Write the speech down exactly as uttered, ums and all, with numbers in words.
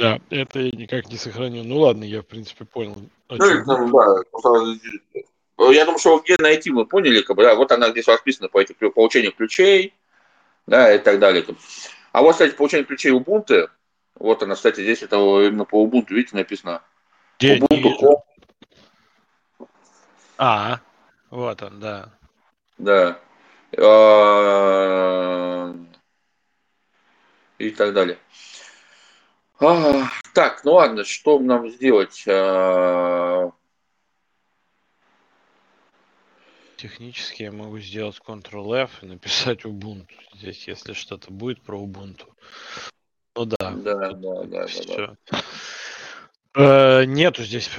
Да, это я никак не сохраню. Ну ладно, я в принципе понял, о Ну, или чём там, да, я думаю, что где найти, мы поняли, как бы, да, вот она здесь расписана по этим получению ключей, да, и так далее. А вот, кстати, получение ключей Ubuntu, вот она, кстати, здесь это именно по Ubuntu, видите, написано. Где? Не Ubuntu. вижу. А, вот он, да. Да. И так далее. А, так, ну ладно, что нам сделать? А, Технически я могу сделать контрол-эф и написать Ubuntu здесь, если что-то будет про Ubuntu. Ну да, Да, тут да, да, да, да. всё. Э, нету здесь